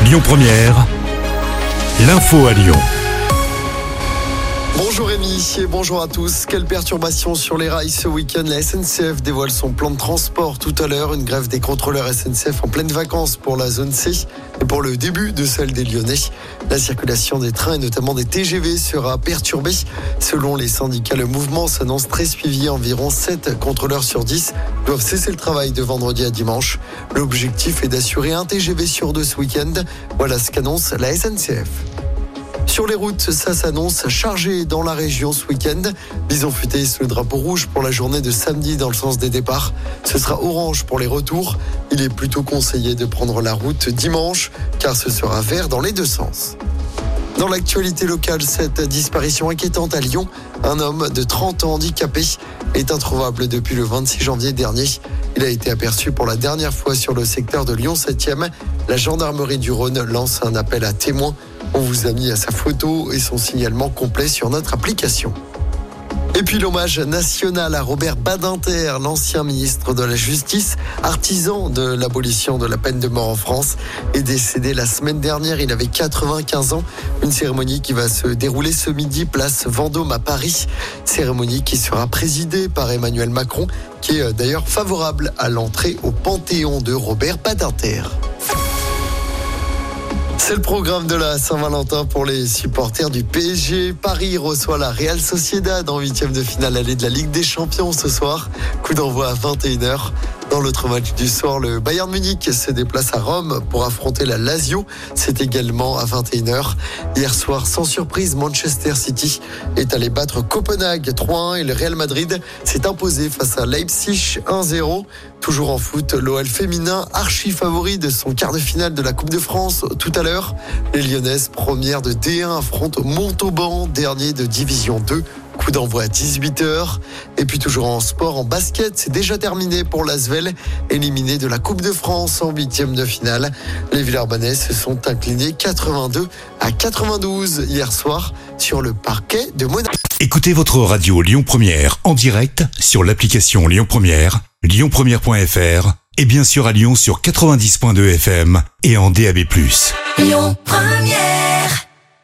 Lyon Première, l'info à Lyon. Bonjour Rémi et bonjour à tous. Quelle perturbation sur les rails ce week-end. La SNCF dévoile son plan de transport tout à l'heure. Une grève des contrôleurs SNCF en pleine vacances pour la zone C et pour le début de celle des Lyonnais. La circulation des trains et notamment des TGV sera perturbée. Selon les syndicats, le mouvement s'annonce très suivi. Environ 7 contrôleurs sur 10 doivent cesser le travail de vendredi à dimanche. L'objectif est d'assurer un TGV sur 2 ce week-end. Voilà ce qu'annonce la SNCF. Sur les routes, ça s'annonce chargé dans la région ce week-end. Bison futé sous le drapeau rouge pour la journée de samedi dans le sens des départs. Ce sera orange pour les retours. Il est plutôt conseillé de prendre la route dimanche car ce sera vert dans les deux sens. Dans l'actualité locale, cette disparition inquiétante à Lyon. Un homme de 30 ans handicapé est introuvable depuis le 26 janvier dernier. Il a été aperçu pour la dernière fois sur le secteur de Lyon 7e. La gendarmerie du Rhône lance un appel à témoins. On vous a mis à sa photo et son signalement complet sur notre application. Et puis l'hommage national à Robert Badinter, l'ancien ministre de la Justice, artisan de l'abolition de la peine de mort en France, est décédé la semaine dernière. Il avait 95 ans. Une cérémonie qui va se dérouler ce midi, place Vendôme à Paris. Cérémonie qui sera présidée par Emmanuel Macron, qui est d'ailleurs favorable à l'entrée au Panthéon de Robert Badinter. C'est le programme de la Saint-Valentin pour les supporters du PSG. Paris reçoit la Real Sociedad en 8e de finale allée de la Ligue des Champions ce soir. Coup d'envoi à 21h. Dans l'autre match du soir, le Bayern Munich se déplace à Rome pour affronter la Lazio. C'est également à 21h. Hier soir, sans surprise, Manchester City est allé battre Copenhague 3-1 et le Real Madrid s'est imposé face à Leipzig 1-0. Toujours en foot, l'OL féminin, archi favori de son quart de finale de la Coupe de France tout à l'heure. Les Lyonnaises, premières de D1, affrontent Montauban, dernier de Division 2. Coup d'envoi à 18h. Et puis toujours en sport, en basket, c'est déjà terminé pour l'Asvel, éliminé de la Coupe de France en 8e de finale. Les Villeurbanais se sont inclinés 82-92 hier soir sur le parquet de Monaco. Écoutez votre radio Lyon Première en direct sur l'application Lyon Première, lyonpremière.fr et bien sûr à Lyon sur 90.2 FM et en DAB+. Lyon Première.